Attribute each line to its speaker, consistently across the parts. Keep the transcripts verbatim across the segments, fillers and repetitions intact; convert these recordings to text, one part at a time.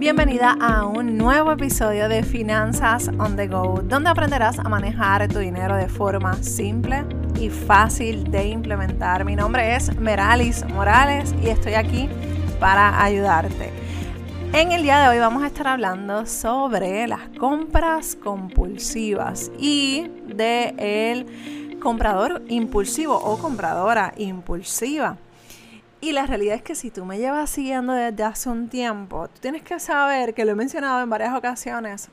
Speaker 1: Bienvenida a un nuevo episodio de Finanzas on the Go, donde aprenderás a manejar tu dinero de forma simple y fácil de implementar. Mi nombre es Meralis Morales y estoy aquí para ayudarte. En el día de hoy vamos a estar hablando sobre las compras compulsivas y de el comprador impulsivo o compradora impulsiva. Y la realidad es que si tú me llevas siguiendo desde hace un tiempo, tú tienes que saber, que lo he mencionado en varias ocasiones,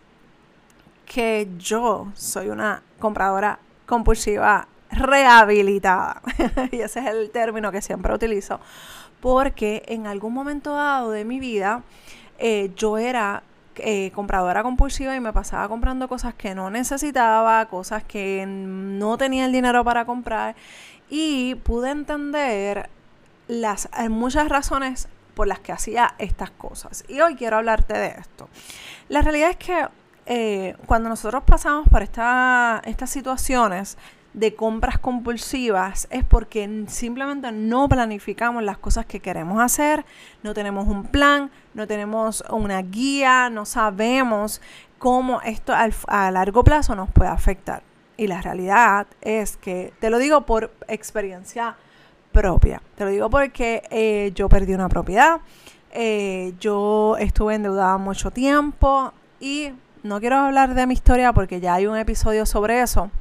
Speaker 1: que yo soy una compradora compulsiva rehabilitada. Y ese es el término que siempre utilizo. Porque en algún momento dado de mi vida, eh, yo era eh, compradora compulsiva y me pasaba comprando cosas que no necesitaba, cosas que no tenía el dinero para comprar. Y pude entender las hay muchas razones por las que hacía estas cosas. Y hoy quiero hablarte de esto. La realidad es que eh, cuando nosotros pasamos por esta, estas situaciones de compras compulsivas es porque simplemente no planificamos las cosas que queremos hacer, no tenemos un plan, no tenemos una guía, no sabemos cómo esto al, a largo plazo nos puede afectar. Y la realidad es que, te lo digo por experiencia propia. Te lo digo porque eh, yo perdí una propiedad, eh, yo estuve endeudada mucho tiempo y no quiero hablar de mi historia porque ya hay un episodio sobre eso,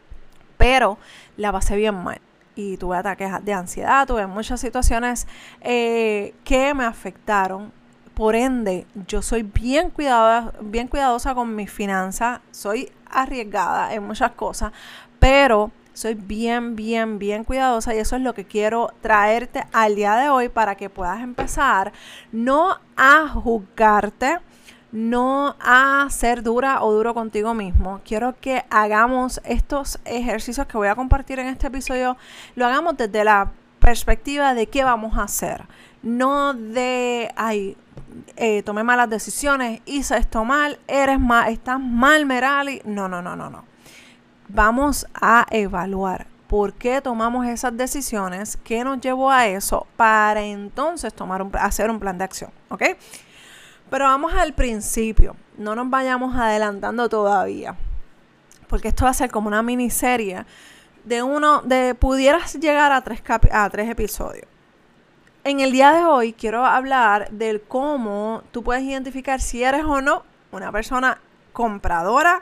Speaker 1: pero la pasé bien mal y tuve ataques de ansiedad, tuve muchas situaciones eh, que me afectaron. Por ende, yo soy bien cuidadosa, bien cuidadosa con mis finanzas, soy arriesgada en muchas cosas, pero soy bien, bien, bien cuidadosa y eso es lo que quiero traerte al día de hoy para que puedas empezar no a juzgarte, no a ser dura o duro contigo mismo. Quiero que hagamos estos ejercicios que voy a compartir en este episodio, lo hagamos desde la perspectiva de qué vamos a hacer, no de, ay, eh, tomé malas decisiones, hice esto mal, eres mal, estás mal, Merali. No, no, no, no, no. Vamos a evaluar por qué tomamos esas decisiones, qué nos llevó a eso, para entonces tomar un, hacer un plan de acción, ¿ok? Pero vamos al principio, no nos vayamos adelantando todavía, porque esto va a ser como una miniserie de uno, de pudieras llegar a tres, capi, a tres episodios. En el día de hoy quiero hablar del cómo tú puedes identificar si eres o no una persona compradora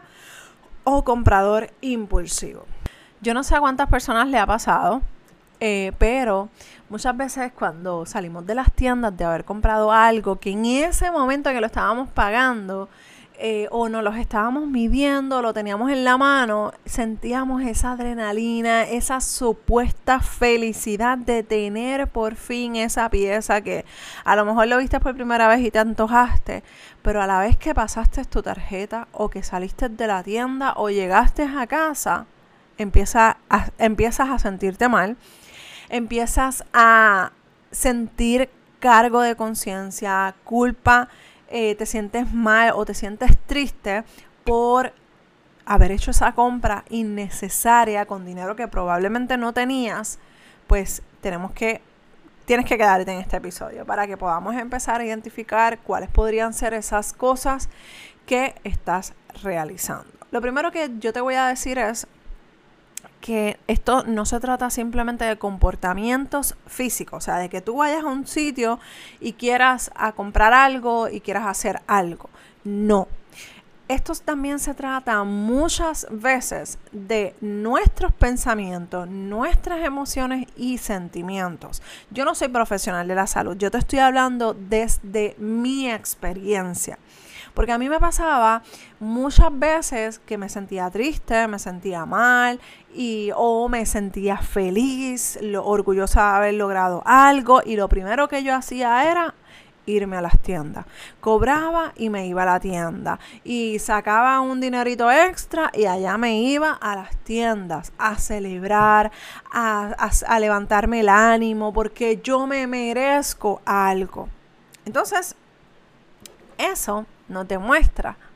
Speaker 1: o comprador impulsivo. Yo no sé a cuántas personas le ha pasado, eh, pero muchas veces cuando salimos de las tiendas de haber comprado algo que en ese momento que lo estábamos pagando eh, o nos los estábamos midiendo, lo teníamos en la mano, sentíamos esa adrenalina, esa supuesta felicidad de tener por fin esa pieza que a lo mejor lo viste por primera vez y te antojaste, pero a la vez que pasaste tu tarjeta o que saliste de la tienda o llegaste a casa, empieza a, empiezas a sentirte mal, empiezas a sentir cargo de conciencia, culpa, eh, te sientes mal o te sientes triste por haber hecho esa compra innecesaria con dinero que probablemente no tenías. Pues tenemos que Tienes que quedarte en este episodio para que podamos empezar a identificar cuáles podrían ser esas cosas que estás realizando. Lo primero que yo te voy a decir es que esto no se trata simplemente de comportamientos físicos, o sea, de que tú vayas a un sitio y quieras a comprar algo y quieras hacer algo. No. Esto también se trata muchas veces de nuestros pensamientos, nuestras emociones y sentimientos. Yo no soy profesional de la salud, yo te estoy hablando desde mi experiencia. Porque a mí me pasaba muchas veces que me sentía triste, me sentía mal y o me sentía feliz, lo, orgullosa de haber logrado algo y lo primero que yo hacía era irme a las tiendas. Cobraba y me iba a la tienda y sacaba un dinerito extra y allá me iba a las tiendas a celebrar, a, a, a levantarme el ánimo porque yo me merezco algo. Entonces, eso nos demuestra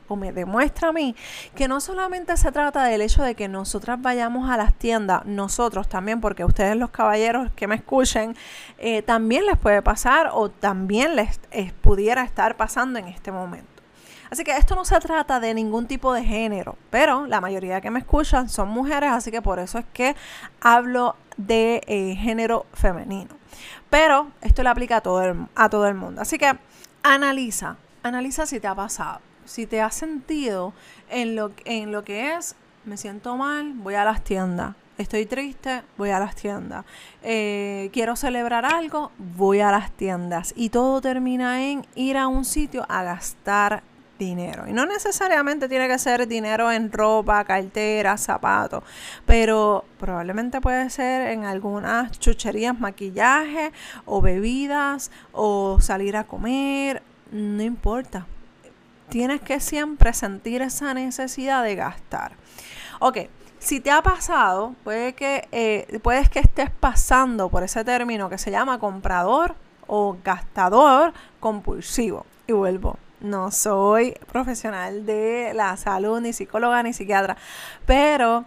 Speaker 1: o me demuestra a mí que no solamente se trata del hecho de que nosotras vayamos a las tiendas, nosotros también, porque ustedes los caballeros que me escuchen, eh, también les puede pasar o también les eh, pudiera estar pasando en este momento. Así que esto no se trata de ningún tipo de género, pero la mayoría que me escuchan son mujeres, así que por eso es que hablo de eh, género femenino. Pero esto le aplica a todo el, a todo el mundo. Así que analiza, analiza si te ha pasado. Si te has sentido en lo, en lo que es, me siento mal, voy a las tiendas. Estoy triste, voy a las tiendas. Eh, quiero celebrar algo, voy a las tiendas. Y todo termina en ir a un sitio a gastar dinero. Y no necesariamente tiene que ser dinero en ropa, cartera, zapatos. Pero probablemente puede ser en algunas chucherías, maquillaje o bebidas o salir a comer. No importa. Tienes que siempre sentir esa necesidad de gastar. Ok, si te ha pasado, puede que, eh, puedes que estés pasando por ese término que se llama comprador o gastador compulsivo. Y vuelvo, no soy profesional de la salud, ni psicóloga, ni psiquiatra, pero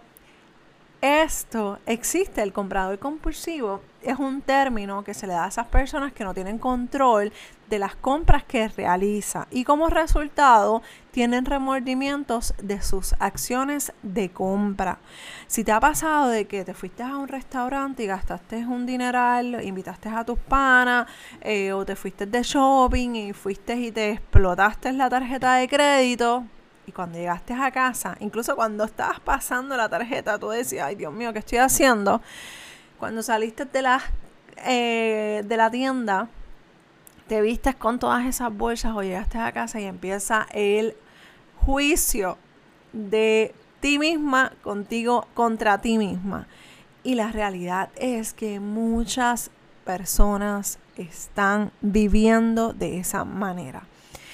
Speaker 1: esto existe, el comprador compulsivo. Es un término que se le da a esas personas que no tienen control de las compras que realiza y como resultado tienen remordimientos de sus acciones de compra. Si te ha pasado de que te fuiste a un restaurante y gastaste un dineral, invitaste a tus panas eh, o te fuiste de shopping y fuiste y te explotaste la tarjeta de crédito, y cuando llegaste a casa, incluso cuando estabas pasando la tarjeta, tú decías, ay Dios mío, ¿qué estoy haciendo? Cuando saliste de la, eh, de la tienda, te vistes con todas esas bolsas o llegaste a casa y empieza el juicio de ti misma contigo contra ti misma. Y la realidad es que muchas personas están viviendo de esa manera.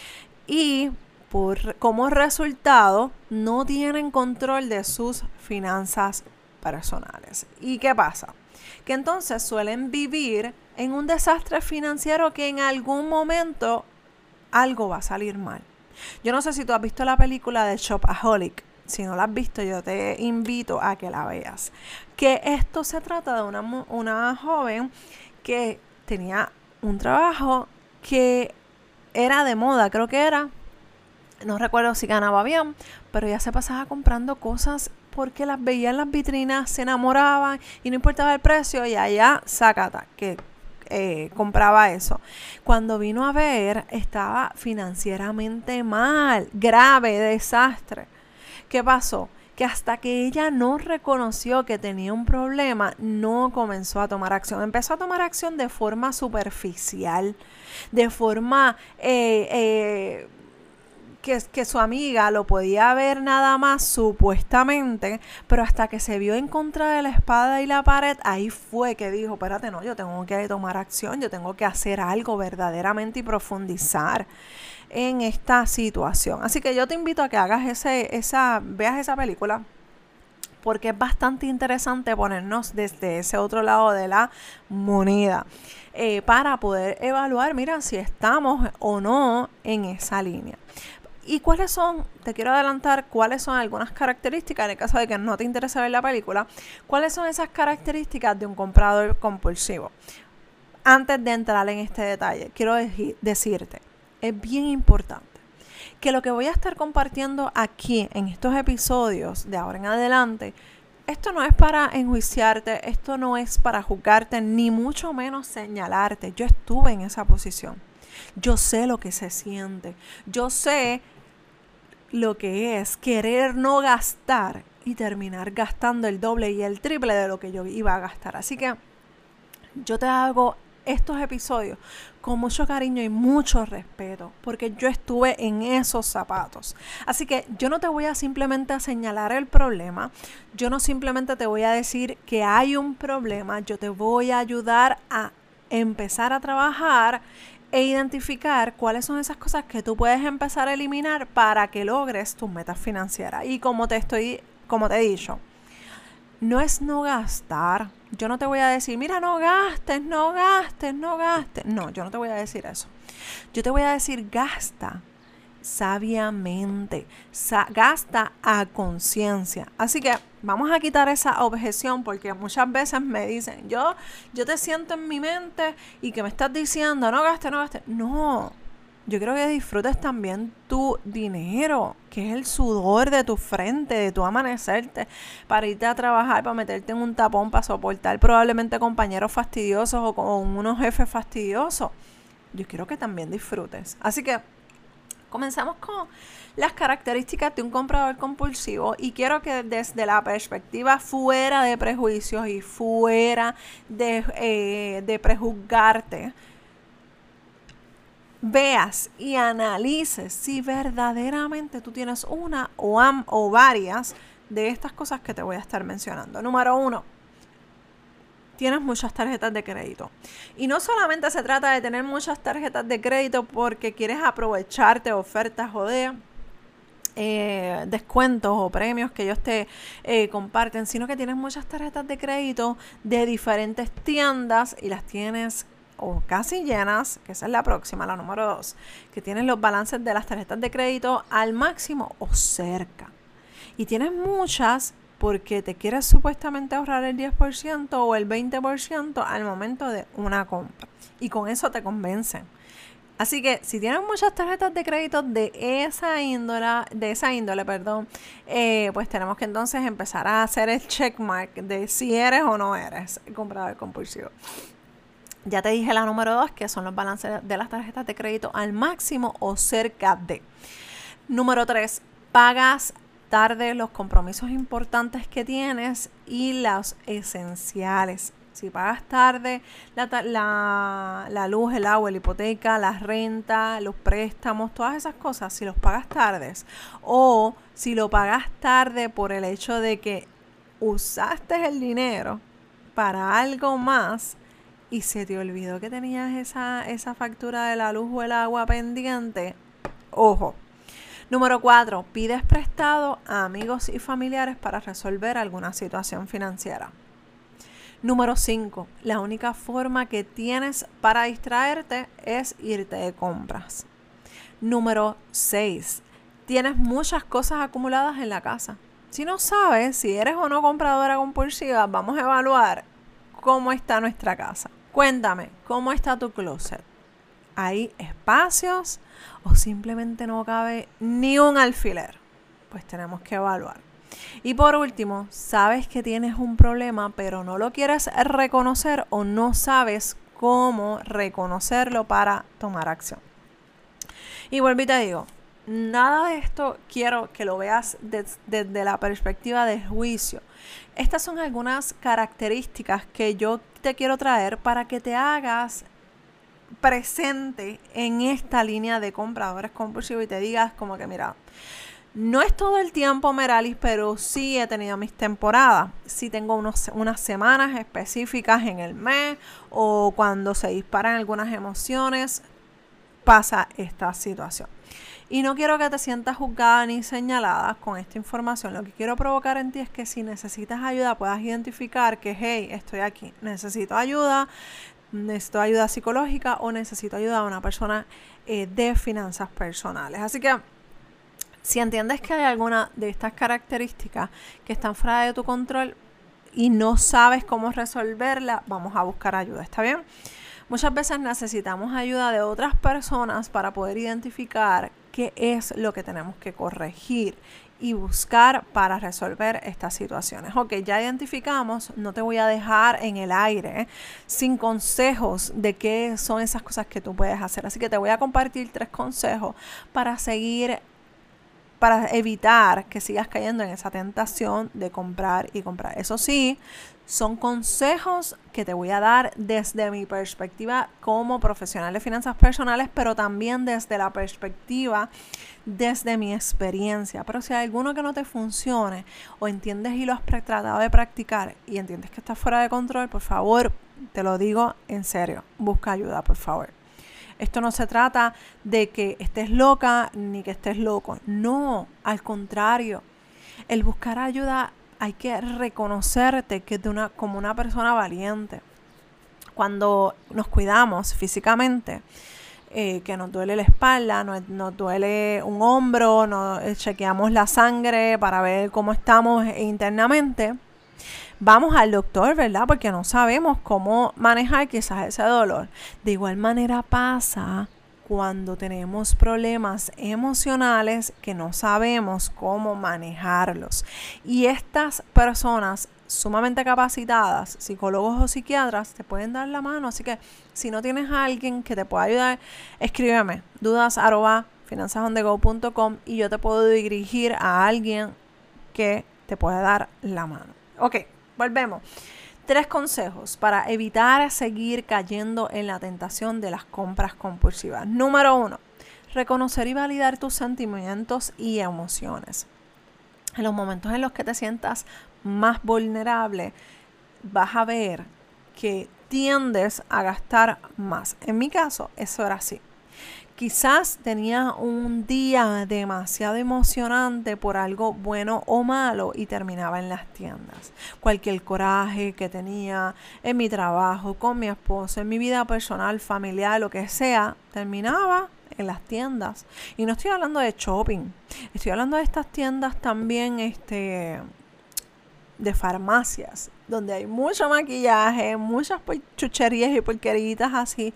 Speaker 1: Y por, como resultado, no tienen control de sus finanzas personales. ¿Y qué pasa? Que entonces suelen vivir en un desastre financiero que en algún momento algo va a salir mal. Yo no sé si tú has visto la película de Shopaholic. Si no la has visto, yo te invito a que la veas. Que esto se trata de una, una joven que tenía un trabajo que era de moda, creo que era. No recuerdo si ganaba bien, pero ella se pasaba comprando cosas porque las veía en las vitrinas, se enamoraban y no importaba el precio y allá, sácata, que eh, compraba eso. Cuando vino a ver, estaba financieramente mal, grave, desastre. ¿Qué pasó? Que hasta que ella no reconoció que tenía un problema, no comenzó a tomar acción. Empezó a tomar acción de forma superficial, de forma eh, eh, que, que su amiga lo podía ver nada más supuestamente, pero hasta que se vio en contra de la espada y la pared, ahí fue que dijo, espérate, no, yo tengo que tomar acción, yo tengo que hacer algo verdaderamente y profundizar en esta situación. Así que yo te invito a que hagas ese, esa, veas esa película, porque es bastante interesante ponernos desde ese otro lado de la moneda eh, para poder evaluar, mira, si estamos o no en esa línea. ¿Y cuáles son? Te quiero adelantar cuáles son algunas características, en el caso de que no te interese ver la película, cuáles son esas características de un comprador compulsivo. Antes de entrar en este detalle, quiero de- decirte, es bien importante que lo que voy a estar compartiendo aquí en estos episodios de ahora en adelante, esto no es para enjuiciarte, esto no es para juzgarte, ni mucho menos señalarte. Yo estuve en esa posición. Yo sé lo que se siente. Yo sé lo que es querer no gastar y terminar gastando el doble y el triple de lo que yo iba a gastar. Así que yo te hago estos episodios con mucho cariño y mucho respeto, porque yo estuve en esos zapatos. Así que yo no te voy a simplemente a señalar el problema, yo no simplemente te voy a decir que hay un problema, yo te voy a ayudar a empezar a trabajar e identificar cuáles son esas cosas que tú puedes empezar a eliminar para que logres tus metas financieras. Y como te estoy, como te he dicho, no es no gastar. Yo no te voy a decir, mira, no gastes, no gastes, no gastes. No, yo no te voy a decir eso. Yo te voy a decir, gasta sabiamente, sa- gasta a conciencia. Así que vamos a quitar esa objeción, porque muchas veces me dicen, yo, yo te siento en mi mente y que me estás diciendo, no gaste, no gaste. No, yo quiero que disfrutes también tu dinero, que es el sudor de tu frente, de tu amanecerte, para irte a trabajar, para meterte en un tapón, para soportar probablemente compañeros fastidiosos o con unos jefes fastidiosos. Yo quiero que también disfrutes. Así que comenzamos con las características de un comprador compulsivo y quiero que desde la perspectiva fuera de prejuicios y fuera de, eh, de prejuzgarte, veas y analices si verdaderamente tú tienes una o, am, o varias de estas cosas que te voy a estar mencionando. Número uno, tienes muchas tarjetas de crédito. Y no solamente se trata de tener muchas tarjetas de crédito porque quieres aprovecharte de ofertas o de eh, descuentos o premios que ellos te eh, comparten, sino que tienes muchas tarjetas de crédito de diferentes tiendas y las tienes o casi llenas, que esa es la próxima, la número dos, que tienes los balances de las tarjetas de crédito al máximo o cerca. Y tienes muchas porque te quieres supuestamente ahorrar el diez por ciento o el veinte por ciento al momento de una compra. Y con eso te convencen. Así que si tienes muchas tarjetas de crédito de esa índole, de esa índole, perdón, eh, pues tenemos que entonces empezar a hacer el checkmark de si eres o no eres comprador compulsivo. Ya te dije la número dos, que son los balances de las tarjetas de crédito al máximo o cerca de. Número tres, pagas tarde los compromisos importantes que tienes y los esenciales. Si pagas tarde la, la, la luz, el agua, la hipoteca, la renta, los préstamos, todas esas cosas, si los pagas tardes o si lo pagas tarde por el hecho de que usaste el dinero para algo más y se te olvidó que tenías esa, esa factura de la luz o el agua pendiente, ojo. Número cuatro, pides prestado a amigos y familiares para resolver alguna situación financiera. Número cinco, la única forma que tienes para distraerte es irte de compras. Número seis, tienes muchas cosas acumuladas en la casa. Si no sabes si eres o no compradora compulsiva, vamos a evaluar cómo está nuestra casa. Cuéntame, ¿cómo está tu closet? ¿Hay espacios o simplemente no cabe ni un alfiler? Pues tenemos que evaluar. Y por último, sabes que tienes un problema, pero no lo quieres reconocer o no sabes cómo reconocerlo para tomar acción. Y vuelvo y te digo, nada de esto quiero que lo veas desde, desde la perspectiva del juicio. Estas son algunas características que yo te quiero traer para que te hagas presente en esta línea de compradores compulsivos y te digas como que mira, no es todo el tiempo, Meralis, pero sí he tenido mis temporadas. Sí tengo unos, unas semanas específicas en el mes o cuando se disparan algunas emociones, pasa esta situación. Y no quiero que te sientas juzgada ni señalada con esta información. Lo que quiero provocar en ti es que si necesitas ayuda puedas identificar que, hey, estoy aquí, necesito ayuda, necesito ayuda psicológica o necesito ayuda a una persona eh, de finanzas personales. Así que si entiendes que hay alguna de estas características que están fuera de tu control y no sabes cómo resolverla, vamos a buscar ayuda, ¿está bien? Muchas veces necesitamos ayuda de otras personas para poder identificar qué es lo que tenemos que corregir y buscar para resolver estas situaciones. Ok, ya identificamos, no te voy a dejar en el aire ¿eh? sin consejos de qué son esas cosas que tú puedes hacer. Así que te voy a compartir tres consejos para seguir, para evitar que sigas cayendo en esa tentación de comprar y comprar. Eso sí, son consejos que te voy a dar desde mi perspectiva como profesional de finanzas personales, pero también desde la perspectiva, desde mi experiencia. Pero si hay alguno que no te funcione o entiendes y lo has tratado de practicar y entiendes que está fuera de control, por favor, te lo digo en serio, busca ayuda, por favor. Esto no se trata de que estés loca ni que estés loco. No, al contrario. El buscar ayuda hay que reconocerte que de una, como una persona valiente. Cuando nos cuidamos físicamente, eh, que nos duele la espalda, nos, nos duele un hombro, nos eh, chequeamos la sangre para ver cómo estamos internamente, vamos al doctor, ¿verdad? Porque no sabemos cómo manejar quizás ese dolor. De igual manera pasa cuando tenemos problemas emocionales que no sabemos cómo manejarlos. Y estas personas sumamente capacitadas, psicólogos o psiquiatras, te pueden dar la mano. Así que si no tienes a alguien que te pueda ayudar, escríbeme dudas arroba finanzas on the go punto com y yo te puedo dirigir a alguien que te pueda dar la mano. Ok, volvemos. Tres consejos para evitar seguir cayendo en la tentación de las compras compulsivas. Número uno, reconocer y validar tus sentimientos y emociones. En los momentos en los que te sientas más vulnerable, vas a ver que tiendes a gastar más. En mi caso, eso era así. Quizás tenía un día demasiado emocionante por algo bueno o malo y terminaba en las tiendas. Cualquier coraje que tenía en mi trabajo, con mi esposo, en mi vida personal, familiar, lo que sea, terminaba en las tiendas. Y no estoy hablando de shopping, estoy hablando de estas tiendas también este, de farmacias, donde hay mucho maquillaje, muchas chucherías y porqueritas así,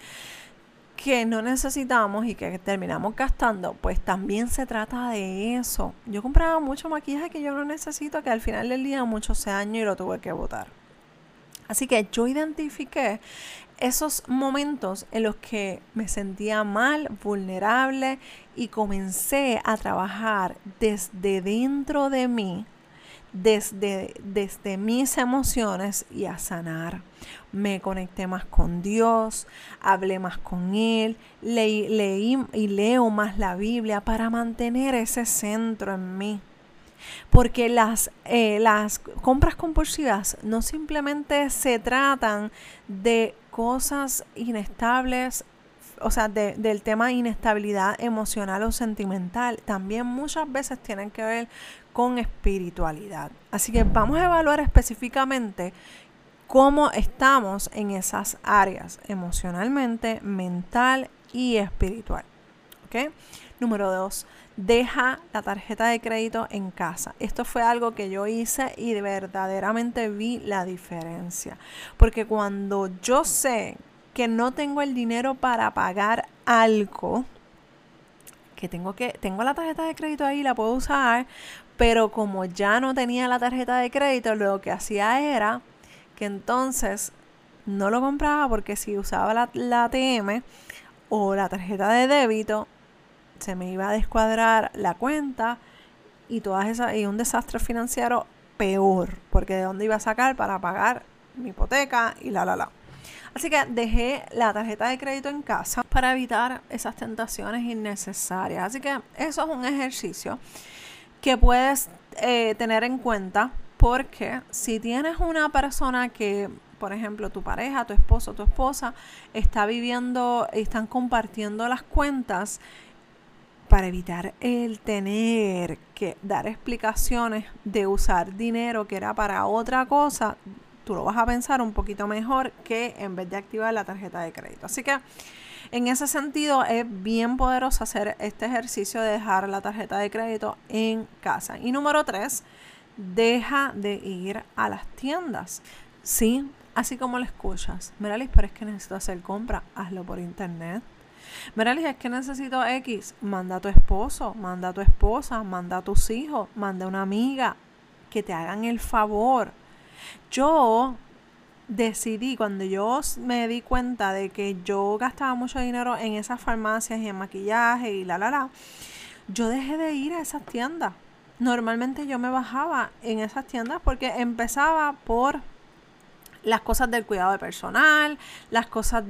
Speaker 1: que no necesitamos y que terminamos gastando. Pues también se trata de eso. Yo compraba mucho maquillaje que yo no necesito, que al final del día muchos años y lo tuve que botar. Así que yo identifiqué esos momentos en los que me sentía mal, vulnerable, y comencé a trabajar desde dentro de mí, desde, desde mis emociones, y a sanar. Me conecté más con Dios, hablé más con Él, leí, leí y leo más la Biblia para mantener ese centro en mí. Porque las, eh, las compras compulsivas no simplemente se tratan de cosas inestables, o sea, de, del tema de inestabilidad emocional o sentimental. También muchas veces tienen que ver con espiritualidad. Así que vamos a evaluar específicamente cómo estamos en esas áreas, emocionalmente, mental y espiritual. ¿Ok? Número dos, deja la tarjeta de crédito en casa. Esto fue algo que yo hice y verdaderamente vi la diferencia. Porque cuando yo sé que no tengo el dinero para pagar algo, que tengo que tengo la tarjeta de crédito ahí, la puedo usar, pero como ya no tenía la tarjeta de crédito, lo que hacía era que entonces no lo compraba, porque si usaba la, la A T M o la tarjeta de débito, se me iba a descuadrar la cuenta y todas esas, y un desastre financiero peor, porque de dónde iba a sacar para pagar mi hipoteca y la la la. Así que dejé la tarjeta de crédito en casa para evitar esas tentaciones innecesarias. Así que eso es un ejercicio que puedes eh, tener en cuenta, porque si tienes una persona que, por ejemplo, tu pareja, tu esposo, tu esposa, está viviendo, están compartiendo las cuentas, para evitar el tener que dar explicaciones de usar dinero que era para otra cosa, tú lo vas a pensar un poquito mejor que en vez de activar la tarjeta de crédito. Así que en ese sentido es bien poderoso hacer este ejercicio de dejar la tarjeta de crédito en casa. Y número tres, deja de ir a las tiendas. Sí, así como lo escuchas. Miralis, pero es que necesito hacer compra. Hazlo por internet. Miralis, es que necesito X. Manda a tu esposo, manda a tu esposa, manda a tus hijos, manda a una amiga que te hagan el favor. Yo decidí, cuando yo me di cuenta de que yo gastaba mucho dinero en esas farmacias y en maquillaje y la la la, yo dejé de ir a esas tiendas. Normalmente yo me bajaba en esas tiendas porque empezaba por las cosas del cuidado de personal, las cosas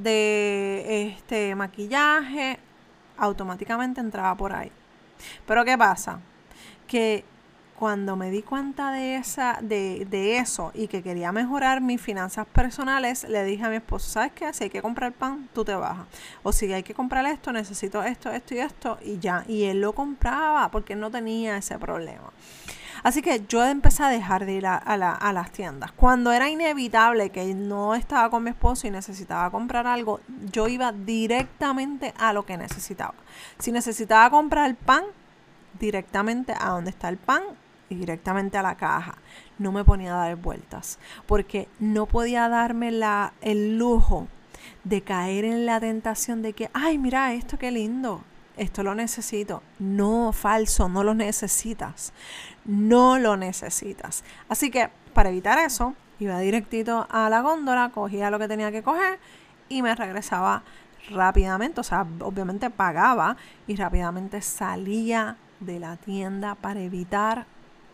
Speaker 1: de este maquillaje, automáticamente entraba por ahí. Pero ¿qué pasa? Que cuando me di cuenta de esa, de, de eso y que quería mejorar mis finanzas personales, le dije a mi esposo, ¿sabes qué? Si hay que comprar pan, tú te bajas. O si hay que comprar esto, necesito esto, esto y esto, y ya. Y él lo compraba porque él no tenía ese problema. Así que yo empecé a dejar de ir a, a, la, a las tiendas. Cuando era inevitable que no estaba con mi esposo y necesitaba comprar algo, yo iba directamente a lo que necesitaba. Si necesitaba comprar pan, directamente a donde está el pan y directamente a la caja. No me ponía a dar vueltas porque no podía darme la, el lujo de caer en la tentación de que, ay, mira esto, qué lindo, esto lo necesito. No, falso, no lo necesitas. No lo necesitas. Así que para evitar eso, iba directito a la góndola, cogía lo que tenía que coger y me regresaba rápidamente. O sea, obviamente pagaba y rápidamente salía de la tienda para evitar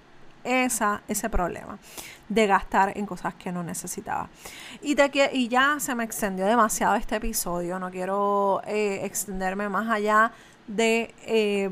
Speaker 1: esa, ese problema de gastar en cosas que no necesitaba. Y, te, y ya se me extendió demasiado este episodio. No quiero eh, extenderme más allá de eh,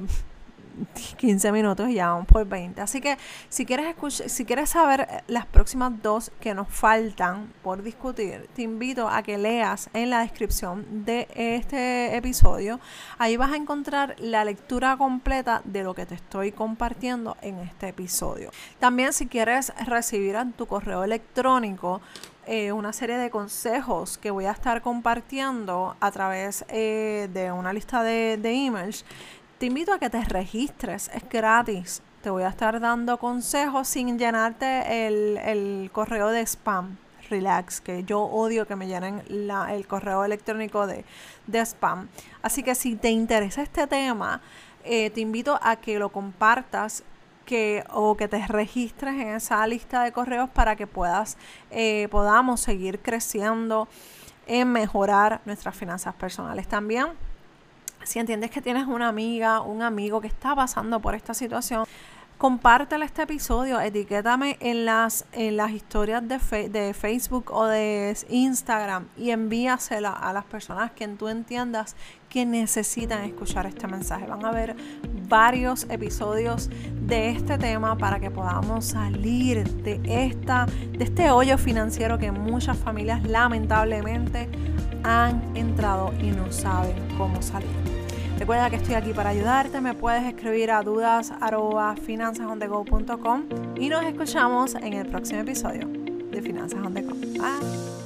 Speaker 1: quince minutos y ya vamos por veinte. Así que si quieres escuchar, si quieres saber las próximas dos que nos faltan por discutir, te invito a que leas en la descripción de este episodio. Ahí vas a encontrar la lectura completa de lo que te estoy compartiendo en este episodio. También, si quieres recibir en tu correo electrónico Eh, una serie de consejos que voy a estar compartiendo a través eh, de una lista de, de emails, te invito a que te registres, es gratis. Te voy a estar dando consejos sin llenarte el, el correo de spam. Relax, que yo odio que me llenen la, el correo electrónico de, de spam. Así que si te interesa este tema, eh, te invito a que lo compartas que o que te registres en esa lista de correos para que puedas eh, podamos seguir creciendo en mejorar nuestras finanzas personales. También, si entiendes que tienes una amiga, un amigo que está pasando por esta situación, compártele este episodio, etiquétame en las, en las historias de, fe, de Facebook o de Instagram y envíasela a las personas que tú entiendas que necesitan escuchar este mensaje. Van a haber varios episodios de este tema para que podamos salir de, esta, de este hoyo financiero que muchas familias lamentablemente han entrado y no saben cómo salir. Recuerda que estoy aquí para ayudarte. Me puedes escribir a dudas arroba finanzas on the go punto com y nos escuchamos en el próximo episodio de Finanzas on the Go. Bye.